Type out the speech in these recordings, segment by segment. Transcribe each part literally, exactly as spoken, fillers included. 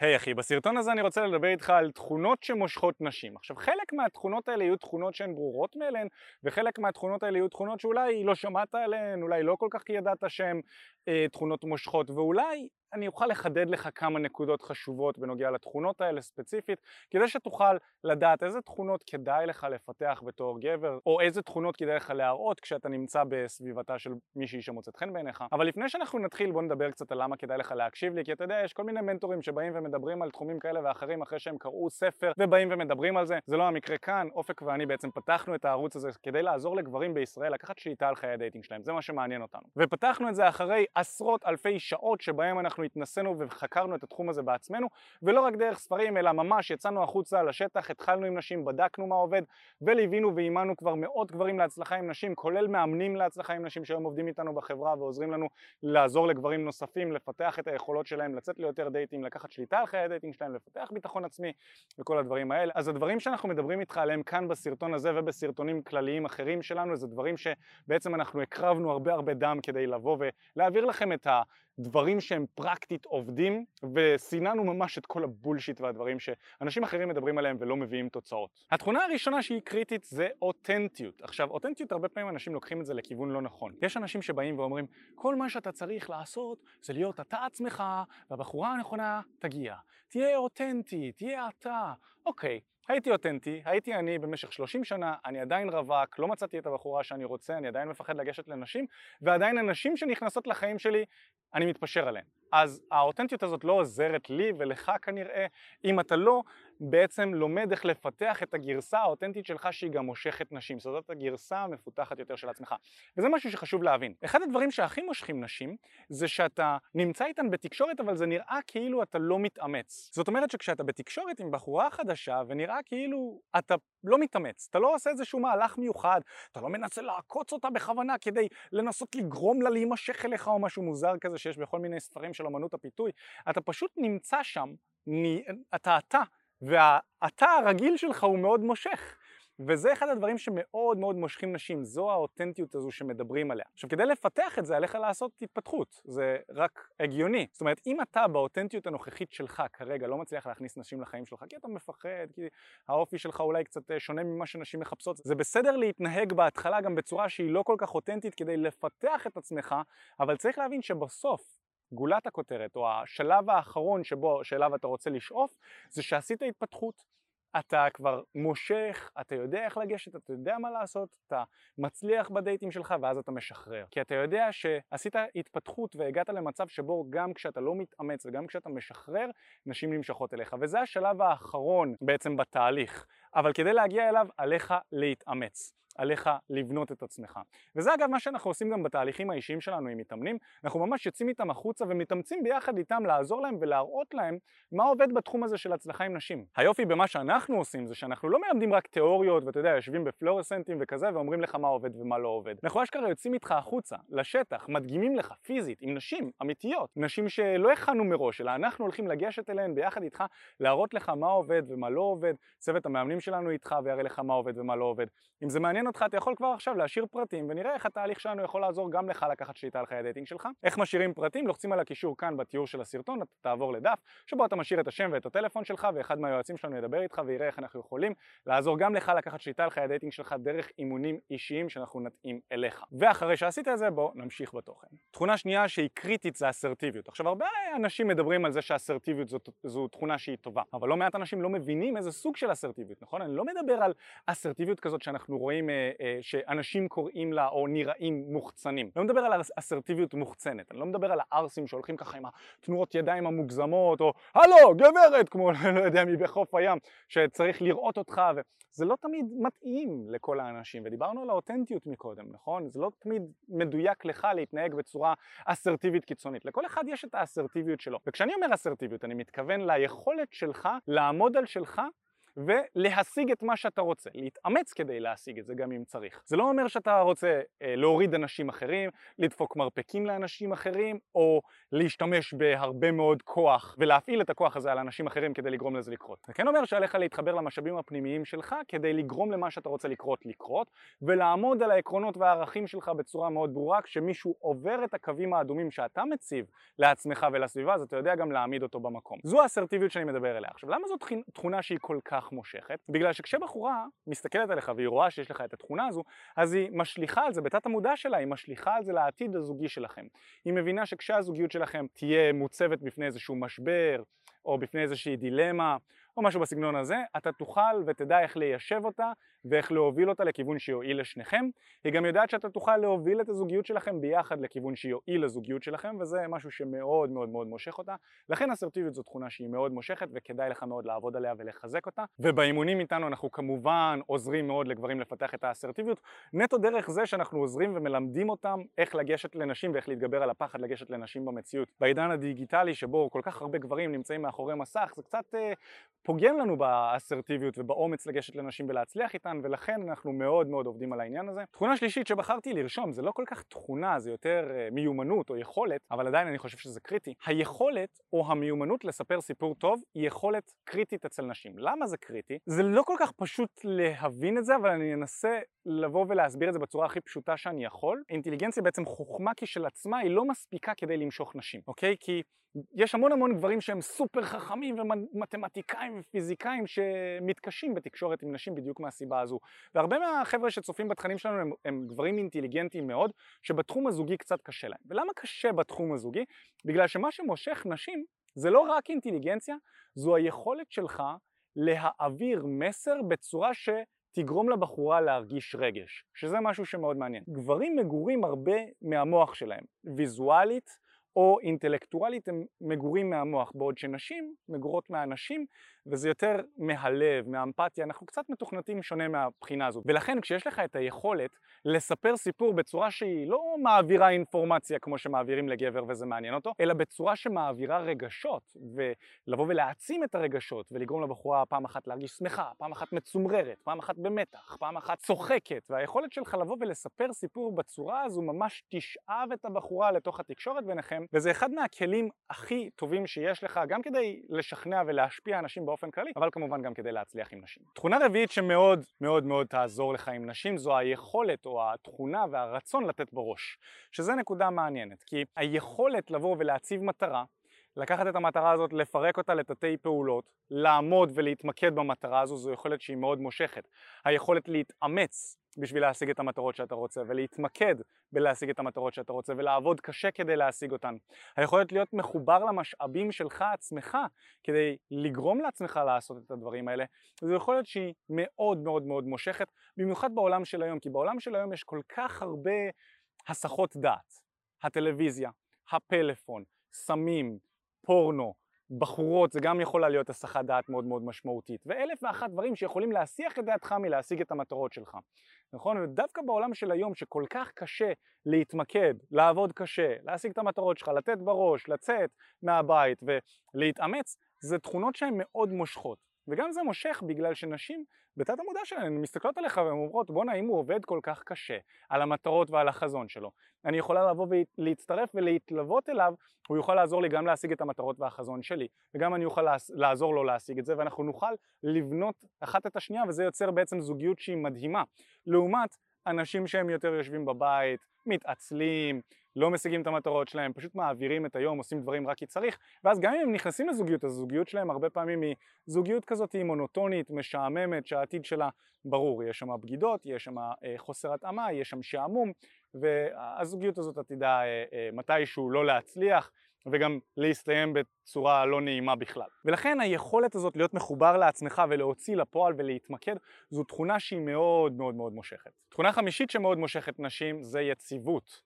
היי hey, אחי, בסרטון הזה אני רוצה לדבר איתך על תכונות שמושכות נשים. עכשיו, חלק מהתכונות האלה יהיו תכונות שהן ברורות מאליהן, וחלק מהתכונות האלה יהיו תכונות שאולי לא שמעת עליהן, אולי לא כל כך ידעת שהן אה, תכונות מושכות, ואולי אני אוכל לחדד לך כמה נקודות חשובות בנוגע לתכונות האלה ספציפית, כדי שתוכל לדעת איזה תכונות כדאי לך לפתח בתור גבר, או איזה תכונות כדאי לך להראות כשאתה נמצא בסביבתה של מישהי שמוצאת חן בעיניך. אבל לפני שאנחנו נתחיל, בוא נדבר קצת על למה כדאי לך להקשיב לי, כי אתה יודע, יש כל מיני מנטורים שבאים ומדברים על תחומים כאלה ואחרים אחרי שהם קראו ספר ובאים ומדברים על זה. זה לא המקרה כאן. אופק ואני בעצם פתחנו את הערוץ הזה כדי לעזור לגברים בישראל לקחת שליטה על חיי הדייטינג שלהם. זה מה שמעניין אותנו. ופתחנו את זה אחרי עשרות אלפי שעות שבהם אנחנו התנסינו וחקרנו את התחום הזה בעצמנו, ולא רק דרך ספרים, אלא ממש יצאנו החוצה לשטח, התחלנו עם נשים, בדקנו מה עובד, וליווינו ואימנו כבר מאות גברים להצלחה עם נשים, כולל מאמנים להצלחה עם נשים שהיום עובדים איתנו בחברה ועוזרים לנו לעזור לגברים נוספים, לפתח את היכולות שלהם, לצאת ליותר דייטים, לקחת שליטה על חיי הדייטינג שלהם, לפתח ביטחון עצמי וכל הדברים האלה. אז הדברים שאנחנו מדברים איתך עליהם כאן בסרטון הזה ובסרטונים כלליים אחרים שלנו, זה דברים שבעצם אנחנו הקרבנו הרבה הרבה דם כדי לבוא ולהעביר לכם את הדברים שהם פרקטית עובדים, וסיננו ממש את כל הבולשיט והדברים שאנשים אחרים מדברים עליהם ולא מביאים תוצאות. התכונה הראשונה שהיא קריטית זה אותנטיות. עכשיו, אותנטיות הרבה פעמים אנשים לוקחים את זה לכיוון לא נכון. יש אנשים שבאים ואומרים, כל מה שאתה צריך לעשות זה להיות אתה עצמך, והבחורה הנכונה תגיע. תהיה אותנטי, תהיה אתה. אוקיי. הייתי אותנטי, הייתי אני במשך שלושים שנה, אני עדיין רווק, לא מצאתי את הבחורה שאני רוצה, אני עדיין מפחד לגשת לנשים, ועדיין הנשים שנכנסות לחיים שלי, אני מתפשר עליהן. אז האותנטיות הזאת לא עוזרת לי ולך כנראה, אם אתה לא בעצם לומד איך לפתח את הגרסה האותנטית שלך שהיא גם מושכת נשים, זאת הגרסה המפותחת יותר של עצמך. וזה משהו שחשוב להבין. אחד הדברים שהכי מושכים נשים, זה שאתה נמצא איתן בתקשורת, אבל זה נראה כאילו אתה לא מתאמץ. זאת אומרת שכשאתה בתקשורת עם בחורה חדשה, ונראה כאילו אתה לא מתאמץ, אתה לא עושה איזשהו מהלך מיוחד, אתה לא מנסה לעקוץ אותה בכוונה כדי לנסות לגרום לה להימשך אליך או משהו מוזר כזה שיש בכל מיני ספרים של אמנות הפיתוי, אתה פשוט נמצא שם, אתה אתה, והאתה הרגיל שלך הוא מאוד מושך. וזה אחד הדברים שמאוד מאוד מושכים נשים, זו האותנטיות הזו שמדברים עליה. עכשיו, כדי לפתח את זה, עליך לעשות התפתחות, זה רק הגיוני. זאת אומרת, אם אתה באותנטיות הנוכחית שלך כרגע לא מצליח להכניס נשים לחיים שלך, כי אתה מפחד, כי האופי שלך אולי קצת שונה ממה שנשים מחפשות, זה בסדר להתנהג בהתחלה גם בצורה שהיא לא כל כך אותנטית כדי לפתח את עצמך, אבל צריך להבין שבסוף, גולת הכותרת, או השלב האחרון שבו, שאליו אתה רוצה לשאוף, זה שעשית התפתחות, אתה כבר מושך, אתה יודע איך לגשת, אתה יודע מה לעשות, אתה מצליח בדייטים שלך ואז אתה משחרר. כי אתה יודע שעשית התפתחות והגעת למצב שבו גם כשאתה לא מתאמץ וגם כשאתה משחרר, נשים נמשכות אליך. וזה השלב האחרון בעצם בתהליך. אבל כדי להגיע אליו, עליך להתאמץ. עליך לבנות את עצמך. וזה אגב מה שאנחנו עושים גם בתהליכים האישיים שלנו עם מתאמנים, אנחנו ממש יוצאים איתם החוצה ומתאמצים ביחד איתם לעזור להם ולהראות להם מה עובד בתחום הזה של הצלחה עם נשים. היופי במה שאנחנו עושים זה שאנחנו לא מלמדים רק תיאוריות ואתה יודע, יושבים בפלורסנטים וכזה ואומרים לך מה עובד ומה לא עובד. אנחנו אשכרה יוצאים איתך החוצה, לשטח, מדגימים לך פיזית עם נשים אמיתיות, נשים שלא הכנו מראש, אלא אנחנו הולכים לגשת אליהן ביחד איתך, להראות לך מה עובד ומה לא עובד. צוות המאמנים שלנו איתך ויראה לך מה עובד ומה לא עובד. אם זה מעניין אותך, אתה יכול כבר עכשיו להשאיר פרטים ונראה איך התהליך שלנו יכול לעזור גם לך לקחת שליטה על חיי הדייטינג שלך. איך משאירים פרטים? לוחצים על הקישור כאן בתיאור של הסרטון, אתה תעבור לדף שבו אתה משאיר את השם ואת הטלפון שלך, ואחד מהיועצים שלנו ידבר איתך ויראה איך אנחנו יכולים לעזור גם לך לקחת שליטה על חיי הדייטינג שלך דרך אימונים אישיים שאנחנו נתאים אליך. ואחרי שעשית את זה, בוא נמשיך בתוכן. תכונה שנייה שהיא קריטית זה אסרטיביות. עכשיו, הרבה אנשים מדברים על זה שאסרטיביות זו, זו תכונה שהיא טובה, אבל לא מעט אנשים לא מבינים איזה סוג של אסרטיביות, נכון? אני לא מדבר על אסרטיביות כזאת שאנחנו רואים אה, אה, שאנשים קוראים לה או נראים מוחצנים. אני לא מדבר על אסרטיביות מוחצנת, אני לא מדבר על הארסים שהולכים ככה עם התנועות ידיים המוגזמות, או הלו, גברת, כמו לא יודע מי בחוף הים, שצריך לראות אותך, וזה לא תמיד מתאים לכל האנשים, ודיברנו על האותנטיות מקודם, נכון? זה לא תמיד מדויק לך להתנהג בצורה אסרטיבית קיצונית. לכל אחד יש את האסרטיביות שלו, וכשאני אומר אסרטיביות, אני מתכוון ליכולת שלך לעמוד על שלך, ולהשיג את מה שאתה רוצה, להתאמץ כדי להשיג את זה גם אם צריך. זה לא אומר שאתה רוצה אה, להוריד אנשים אחרים, לדפוק מרפקים לאנשים אחרים, או להשתמש בהרבה מאוד כוח ולהפעיל את הכוח הזה על אנשים אחרים כדי לגרום לזה לקרות. זה כן אומר שעליך להתחבר למשאבים הפנימיים שלך כדי לגרום למה שאתה רוצה לקרות לקרות, ולעמוד על העקרונות והערכים שלך בצורה מאוד ברורה. כשמישהו עובר את הקווים האדומים שאתה מציב לעצמך ולסביבה, אז אתה יודע גם להעמיד אותו במקום. זו האסרטיביות שאני מדבר עליה. עכשיו, למה זו תכונה שהיא כל כך מושכת? בגלל שכשבחורה מסתכלת עליך והיא רואה שיש לך את התכונה הזו, אז היא משליכה על זה בתת המודע שלה, היא משליכה על זה לעתיד הזוגי שלכם. היא מבינה שכשהזוגיות שלכם תהיה מוצבת בפני איזשהו משבר, או בפני איזושהי דילמה, או משהו בסגנון הזה, אתה תוכל ותדע איך ליישב אותה ואיך להוביל אותה לכיוון שיועיל לשניכם. היא גם יודעת שאתה תוכל להוביל את הזוגיות שלכם ביחד לכיוון שיועיל לזוגיות שלכם, וזה משהו שמאוד מאוד מאוד מושך אותה. לכן אסרטיביות זו תכונה שהיא מאוד מושכת וכדאי לך מאוד לעבוד עליה ולחזק אותה. ובאימונים איתנו אנחנו כמובן עוזרים מאוד לגברים לפתח את האסרטיביות, נטו דרך זה שאנחנו עוזרים ומלמדים אותם איך לגשת לנשים ואיך להתגבר על הפחד לגשת לנשים במציאות. בעידן הדיגיטלי שבו כל כך הרבה גברים נמצאים מאחורי מסך, זה קצת אה, פוגם לנו באסרטיביות ובאומץ לגשת לנשים ולהצליח איתן, ולכן אנחנו מאוד מאוד עובדים על העניין הזה. תכונה שלישית שבחרתי לרשום, זה לא כל כך תכונה, זה יותר uh, מיומנות או יכולת, אבל עדיין אני חושב שזה קריטי. היכולת או המיומנות לספר סיפור טוב היא יכולת קריטית אצל נשים. למה זה קריטי? זה לא כל כך פשוט להבין את זה, אבל אני אנסה לבוא ולהסביר את זה בצורה הכי פשוטה שאני יכול. אינטליגנציה בעצם חוכמה כשל עצמה היא לא מספיקה כדי למשוך נשים, אוקיי? כי יש המון המון גברים שהם סופר חכמים ומתמטיקאים ופיזיקאים שמתקשים בתקשורת עם נשים בדיוק מהסיבה הזו. והרבה מהחבר'ה שצופים בתכנים שלנו הם, הם גברים אינטליגנטיים מאוד, שבתחום הזוגי קצת קשה להם. ולמה קשה בתחום הזוגי? בגלל שמה שמושך נשים זה לא רק אינטליגנציה, זו היכולת שלך להעביר מסר בצורה ש... תגרום לבחורה להרגיש רגש, שזה משהו שמאוד מעניין. גברים מגורים הרבה מהמוח שלהם, ויזואלית או אינטלקטואלית הם מגורים מהמוח, בעוד שנשים מגורות מהאנשים, וזה יותר מהלב, מהאמפתיה, אנחנו קצת מתוכנתים שונה מהבחינה הזו. ולכן כשיש לך את היכולת לספר סיפור בצורה שהיא לא מעבירה אינפורמציה כמו שמעבירים לגבר וזה מעניין אותו, אלא בצורה שמעבירה רגשות, ולבוא ולהעצים את הרגשות, ולגרום לבחורה פעם אחת להרגיש שמחה, פעם אחת מצומררת, פעם אחת במתח, פעם אחת צוחקת, והיכולת שלך לבוא ולספר סיפור בצורה הזו ממש תשאב את הבחורה לתוך התקשורת ביניכם, וזה אחד מהכלים הכי טובים שיש לך, גם כדי לשכנע ולהשפיע אנשים באופן כללי, אבל כמובן גם כדי להצליח עם נשים. תכונה רביעית שמאוד מאוד מאוד תעזור לך עם נשים זו היכולת או התכונה והרצון לתת בראש, שזה נקודה מעניינת, כי היכולת לבוא ולהציב מטרה, לקחת את המטרה הזאת, לפרק אותה לתתי פעולות, לעמוד ולהתמקד במטרה הזו, זו יכולת שהיא מאוד מושכת. היכולת להתאמץ בשביל להשיג את המטרות שאתה רוצה, ולהתמקד בלהשיג את המטרות שאתה רוצה, ולעבוד קשה כדי להשיג אותן. היכולת להיות מחובר למשאבים שלך עצמך, כדי לגרום לעצמך לעשות את הדברים האלה, זו יכולת שהיא מאוד מאוד מאוד מושכת, במיוחד בעולם של היום, כי בעולם של היום יש כל כך הרבה הסחות דעת. הטלוויזיה, הפלאפון, סמים, פורנו, בחורות, זה גם יכולה להיות הסחת דעת מאוד מאוד משמעותית, ואלף ואחת דברים שיכולים להסיח את דעתך מלהשיג את המטרות שלך, נכון? ודווקא בעולם של היום שכל כך קשה להתמקד, לעבוד קשה, להשיג את המטרות שלך, לתת בראש, לצאת מהבית ולהתאמץ, זה תכונות שהן מאוד מושכות, וגם זה מושך בגלל שנשים בתת המודע שלהן מסתכלות עליך והן אומרות, בוא נעים הוא עובד כל כך קשה על המטרות ועל החזון שלו, אני יכולה לבוא ולהצטרף ולהתלוות אליו, הוא יוכל לעזור לי גם להשיג את המטרות והחזון שלי, וגם אני אוכל לעזור לו להשיג את זה, ואנחנו נוכל לבנות אחת את השנייה, וזה יוצר בעצם זוגיות שהיא מדהימה, לעומת אנשים שהם יותר יושבים בבית, מתעצלים, לא משיגים את המטרות שלהם, פשוט מעבירים את היום, עושים דברים רק כי צריך, ואז גם אם הם נכנסים לזוגיות, הזוגיות שלהם הרבה פעמים היא זוגיות כזאת, היא מונוטונית, משעממת, שהעתיד שלה ברור, יש שם בגידות, יש שם חוסר התאמה, יש שם שעמום, והזוגיות הזאת עתידה מתישהו לא להצליח, וגם להסתיים בצורה לא נעימה בכלל. ולכן היכולת הזאת להיות מחובר לעצמך ולהוציא לפועל ולהתמקד, זו תכונה שהיא מאוד מאוד מאוד מושכת. תכונה חמישית שמאוד מושכת נשים זה יציבות.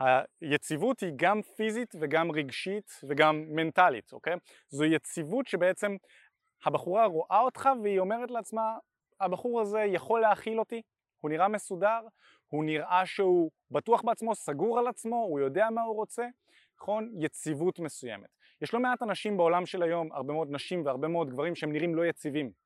היציבות היא גם פיזית וגם רגשית וגם מנטלית, אוקיי? זו יציבות שבעצם הבחורה רואה אותך והיא אומרת לעצמה, הבחור הזה יכול להכיל אותי, הוא נראה מסודר, הוא נראה שהוא בטוח בעצמו, סגור על עצמו, הוא יודע מה הוא רוצה, נכון? יציבות מסוימת. יש לא מעט אנשים בעולם של היום, הרבה מאוד נשים והרבה מאוד גברים שהם נראים לא יציבים.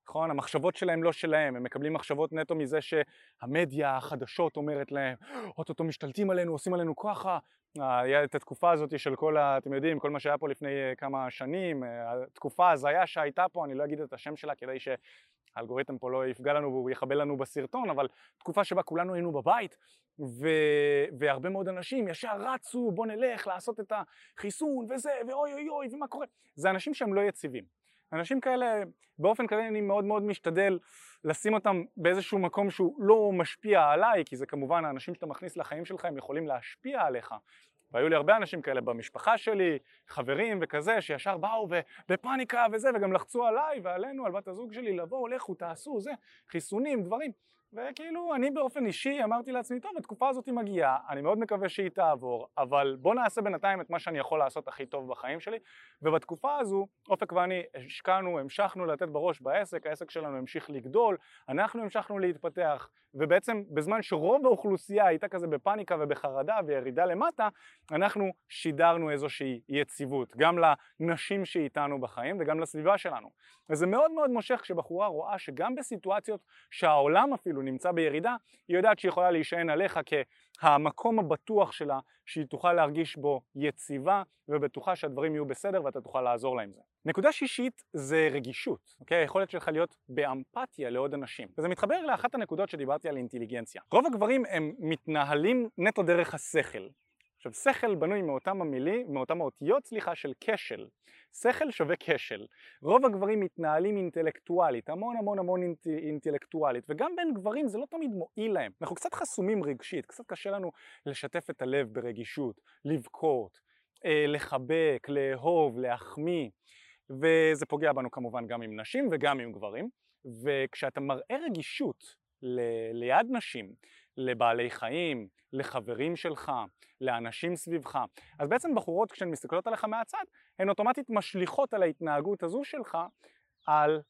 נכון? המחשבות שלהם לא שלהם, הם מקבלים מחשבות נטו מזה שהמדיה, החדשות אומרת להם, אוטוטו משתלטים עלינו, עושים עלינו ככה. היה את התקופה הזאת של כל, ה, אתם יודעים, כל מה שהיה פה לפני כמה שנים, התקופה הזיה שהייתה פה, אני לא אגיד את השם שלה כדי שהאלגוריתם פה לא יפגע לנו והוא יחבל לנו בסרטון, אבל תקופה שבה כולנו היינו בבית, ו... והרבה מאוד אנשים ישר רצו, בוא נלך לעשות את החיסון וזה, ואוי אוי אוי, ומה קורה? זה אנשים שהם לא יציבים. אנשים כאלה, באופן כללי אני מאוד מאוד משתדל לשים אותם באיזשהו מקום שהוא לא משפיע עליי, כי זה כמובן האנשים שאתה מכניס לחיים שלך הם יכולים להשפיע עליך. והיו לי הרבה אנשים כאלה במשפחה שלי, חברים וכזה, שישר באו בפאניקה וזה, וגם לחצו עליי ועלינו, על בת הזוג שלי, לבוא, לכו, תעשו, זה, חיסונים, דברים. וכאילו אני באופן אישי אמרתי לעצמי, טוב, התקופה הזאת היא מגיעה, אני מאוד מקווה שהיא תעבור, אבל בוא נעשה בינתיים את מה שאני יכול לעשות הכי טוב בחיים שלי, ובתקופה הזו, אופק ואני השקענו, המשכנו לתת בראש בעסק, העסק שלנו המשיך לגדול, אנחנו המשכנו להתפתח, ובעצם בזמן שרוב האוכלוסייה הייתה כזה בפאניקה ובחרדה וירידה למטה, אנחנו שידרנו איזושהי יציבות, גם לנשים שאיתנו בחיים וגם לסביבה שלנו. וזה מאוד מאוד מושך כשבחורה רואה שגם בסיטואציות שהעולם אפילו נמצא בירידה, היא יודעת שהיא יכולה להישען עליך כהמקום הבטוח שלה, שהיא תוכל להרגיש בו יציבה ובטוחה שהדברים יהיו בסדר ואתה תוכל לעזור להם זה. נקודה שישית זה רגישות, אוקיי? היכולת שלך להיות באמפתיה לעוד אנשים. וזה מתחבר לאחת הנקודות שדיברתי על אינטליגנציה. רוב הגברים הם מתנהלים נטו דרך השכל. עכשיו, שכל בנוי מאותם המילים, מאותם האותיות, סליחה, של כשל. שכל שווה כשל. רוב הגברים מתנהלים אינטלקטואלית, המון המון המון אינט, אינטלקטואלית, וגם בין גברים זה לא תמיד מועיל להם. אנחנו קצת חסומים רגשית, קצת קשה לנו לשתף את הלב ברגישות, לבכות, אה, לחבק, לאהוב, להחמיא, וזה פוגע בנו כמובן גם עם נשים וגם עם גברים, וכשאתה מראה רגישות ל- ליד נשים, לבעלי חיים, לחברים שלך, לאנשים סביבך. אז בעצם בחורות כשהן מסתכלות עליך מהצד, הן אוטומטית משליכות על ההתנהגות הזו שלך על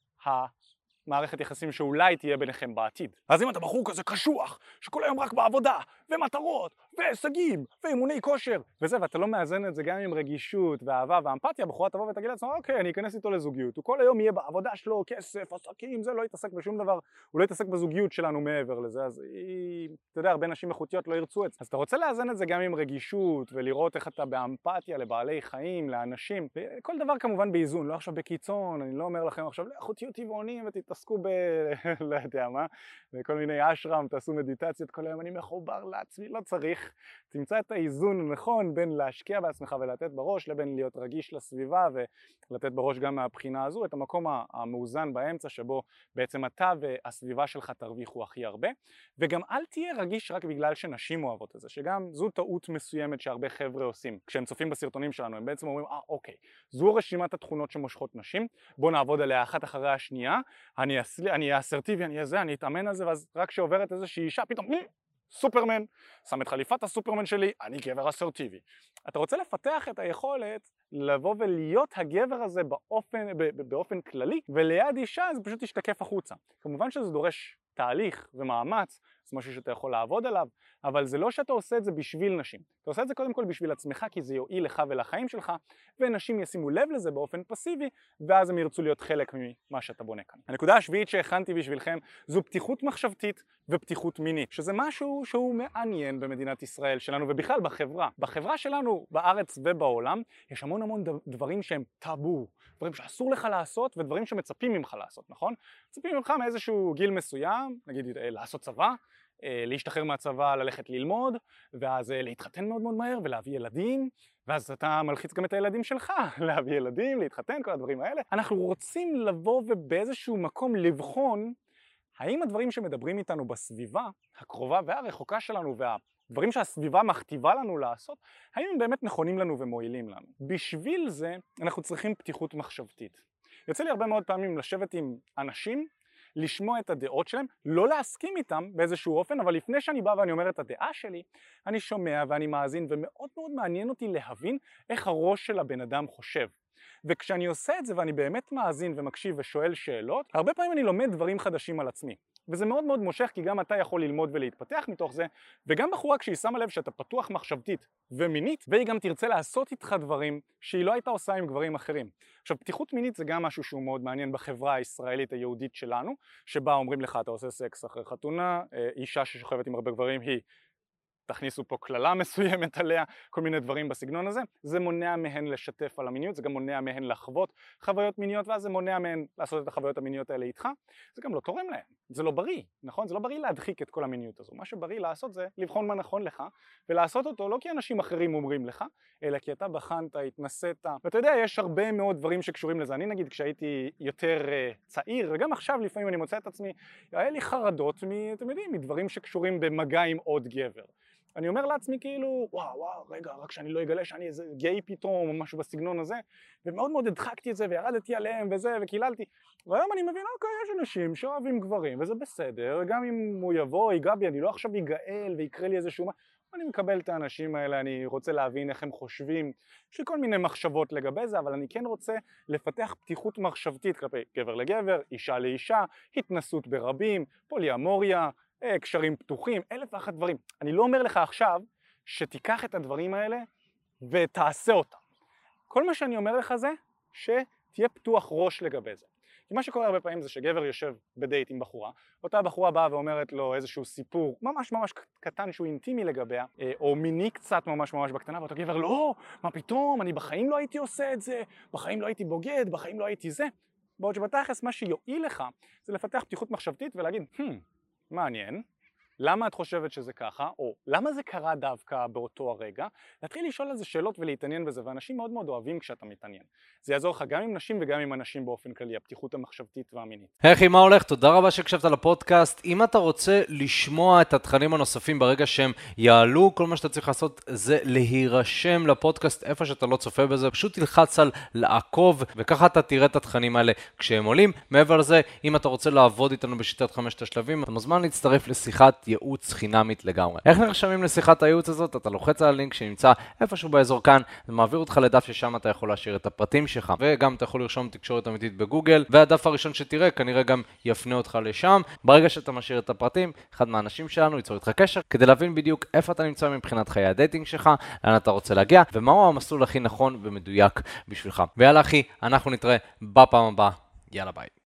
המערכת יחסים שאולי תהיה ביניכם בעתיד. אז אם אתה בחור כזה קשוח, שכל היום רק בעבודה, ומטרות, והישגים, ואימוני כושר, וזה, ואתה לא מאזן את זה גם עם רגישות ואהבה ואמפתיה, בחורה תבוא ותגיד לעצמה, אוקיי, אני אכנס איתו לזוגיות, הוא כל היום יהיה בעבודה שלו, כסף, עסקים, זה לא יתעסק בשום דבר, הוא לא יתעסק בזוגיות שלנו מעבר לזה, אז היא, אתה יודע, הרבה נשים איכותיות לא ירצו את זה. אז אתה רוצה לאזן את זה גם עם רגישות, ולראות איך אתה באמפתיה לבעלי חיים, לאנשים, וכל דבר כמובן באיזון, לא עכשיו בקיצון, אני לא אומר לכם עכשיו, לכו תהיו טבעונים ותתעסקו ב... לא יודע מה, וכל מיני אשרם, תעשו מדיטציות כל היום, אני מחובר לעצמי, לא צריך. תמצא את האיזון הנכון בין להשקיע בעצמך ולתת בראש, לבין להיות רגיש לסביבה ולתת בראש גם מהבחינה הזו, את המקום המאוזן באמצע שבו בעצם אתה והסביבה שלך תרוויחו הכי הרבה, וגם אל תהיה רגיש רק בגלל שנשים אוהבות את זה, שגם זו טעות מסוימת שהרבה חבר'ה עושים. כשהם צופים בסרטונים שלנו, הם בעצם אומרים, אה, אוקיי, זו רשימת התכונות שמושכות נשים, בוא נעבוד עליה אחת אחרי השנייה, אני אהיה אסרטיבי, אני אהיה זה, אני אתאמן על זה, ואז רק שעוברת איזושהי אישה, פתאום, סופרמן, שם את חליפת הסופרמן שלי, אני גבר אסרטיבי. אתה רוצה לפתח את היכולת לבוא ולהיות הגבר הזה באופן, באופן כללי, וליד אישה זה פשוט ישתקף החוצה. כמובן שזה דורש תהליך ומאמץ, זה משהו שאתה יכול לעבוד עליו, אבל זה לא שאתה עושה את זה בשביל נשים. אתה עושה את זה קודם כל בשביל עצמך, כי זה יועיל לך ולחיים שלך, ונשים ישימו לב לזה באופן פסיבי, ואז הם ירצו להיות חלק ממה שאתה בונה כאן. הנקודה השביעית שהכנתי בשבילכם זו פתיחות מחשבתית ופתיחות מינית, שזה משהו שהוא מעניין במדינת ישראל שלנו, ובכלל בחברה. בחברה שלנו, בארץ ובעולם, יש המון המון דברים שהם טאבו, דברים שאסור לך לעשות ודברים שמצפים ממך לעשות, נכון? מצפים ממך מאיזשהו גיל מסוים, נגיד לעשות צבא, להשתחרר מהצבא, ללכת ללמוד, ואז להתחתן מאוד מאוד מהר ולהביא ילדים, ואז אתה מלחיץ גם את הילדים שלך, להביא ילדים, להתחתן, כל הדברים האלה. אנחנו רוצים לבוא ובאיזשהו מקום לבחון האם הדברים שמדברים איתנו בסביבה הקרובה והרחוקה שלנו והדברים שהסביבה מכתיבה לנו לעשות, האם הם באמת נכונים לנו ומועילים לנו. בשביל זה אנחנו צריכים פתיחות מחשבתית. יוצא לי הרבה מאוד פעמים לשבת עם אנשים, לשמוע את הדעות שלהם, לא להסכים איתם באיזשהו אופן, אבל לפני שאני בא ואני אומר את הדעה שלי, אני שומע ואני מאזין, ומאוד מאוד מעניין אותי להבין איך הראש של הבן אדם חושב. וכשאני עושה את זה ואני באמת מאזין ומקשיב ושואל שאלות, הרבה פעמים אני לומד דברים חדשים על עצמי. וזה מאוד מאוד מושך, כי גם אתה יכול ללמוד ולהתפתח מתוך זה, וגם בחורה כשהיא שמה לב שאתה פתוח מחשבתית ומינית, והיא גם תרצה לעשות איתך דברים שהיא לא הייתה עושה עם גברים אחרים. עכשיו, פתיחות מינית זה גם משהו שהוא מאוד מעניין בחברה הישראלית היהודית שלנו, שבה אומרים לך אתה עושה סקס אחרי חתונה, אישה ששוכבת עם הרבה גברים היא תכניסו פה כללה מסוימת עליה, כל מיני דברים בסגנון הזה. זה מונע מהן לשתף על המיניות, זה גם מונע מהן לחוות חוויות מיניות, ואז זה מונע מהן לעשות את החוויות המיניות האלה איתך. זה גם לא תורם להן, זה לא בריא, נכון? זה לא בריא להדחיק את כל המיניות הזו. מה שבריא לעשות זה לבחון מה נכון לך, ולעשות אותו לא כי אנשים אחרים אומרים לך, אלא כי אתה בחנת, התנסית. ואתה יודע, יש הרבה מאוד דברים שקשורים לזה. אני נגיד כשהייתי יותר uh, צעיר, וגם עכשיו לפעמים אני מוצא את עצמי, היה לי חרדות, מ, אתם יודעים, מדברים שקשורים במגע עם עוד גבר. אני אומר לעצמי כאילו, וואו, וואו, רגע, רק שאני לא אגלה שאני איזה גיי פתאום או משהו בסגנון הזה, ומאוד מאוד הדחקתי את זה וירדתי עליהם וזה וקיללתי. והיום אני מבין, אוקיי, יש אנשים שאוהבים גברים וזה בסדר, גם אם הוא יבוא, ייגע בי, אני לא עכשיו ייגאל ויקרה לי איזשהו מה, אני מקבל את האנשים האלה, אני רוצה להבין איך הם חושבים, יש לי כל מיני מחשבות לגבי זה, אבל אני כן רוצה לפתח פתיחות מחשבתית כלפי גבר לגבר, אישה לאישה, התנסות ברבים, פוליאמוריה, קשרים פתוחים, אלף ואחת דברים. אני לא אומר לך עכשיו שתיקח את הדברים האלה ותעשה אותם. כל מה שאני אומר לך זה שתהיה פתוח ראש לגבי זה. כי מה שקורה הרבה פעמים זה שגבר יושב בדייט עם בחורה, אותה בחורה באה ואומרת לו איזשהו סיפור ממש ממש קטן שהוא אינטימי לגביה, או מיני קצת ממש ממש בקטנה, ואותו גבר לא, מה פתאום, אני בחיים לא הייתי עושה את זה, בחיים לא הייתי בוגד, בחיים לא הייתי זה. בעוד שבתכלס מה שיועיל לך זה לפתח פתיחות מחשבתית ולהגיד, hmm, מעניין, למה את חושבת שזה ככה, או למה זה קרה דווקא באותו הרגע, להתחיל לשאול על זה שאלות ולהתעניין בזה, ואנשים מאוד מאוד אוהבים כשאתה מתעניין. זה יעזור לך גם עם נשים וגם עם אנשים באופן כללי, הפתיחות המחשבתית והמינית. היי אחי, מה הולך? תודה רבה שהקשבת לפודקאסט. אם אתה רוצה לשמוע את התכנים הנוספים ברגע שהם יעלו, כל מה שאתה צריך לעשות זה להירשם לפודקאסט איפה שאתה לא צופה בזה, פשוט תלחץ על לעקוב, וככה אתה תראה את התכנים האלה כשהם עולים. מעבר לזה, אם אתה רוצה לעבוד איתנו בשיטת חמשת השלבים, אתה מוזמן להצטרף לשיחת ייעוץ חינמית לגמרי. איך נרשמים לשיחת הייעוץ הזאת? אתה לוחץ על הלינק שנמצא איפשהו באזור כאן, זה מעביר אותך לדף ששם אתה יכול להשאיר את הפרטים שלך, וגם אתה יכול לרשום תקשורת אמיתית בגוגל, והדף הראשון שתראה כנראה גם יפנה אותך לשם. ברגע שאתה משאיר את הפרטים, אחד מהאנשים שלנו ייצור איתך קשר, כדי להבין בדיוק איפה אתה נמצא מבחינת חיי הדייטינג שלך, לאן אתה רוצה להגיע, ומהו המסלול הכי נכון ומדויק בשבילך. ויאללה אחי, אנחנו נתראה בפעם הבאה. יאללה ביי.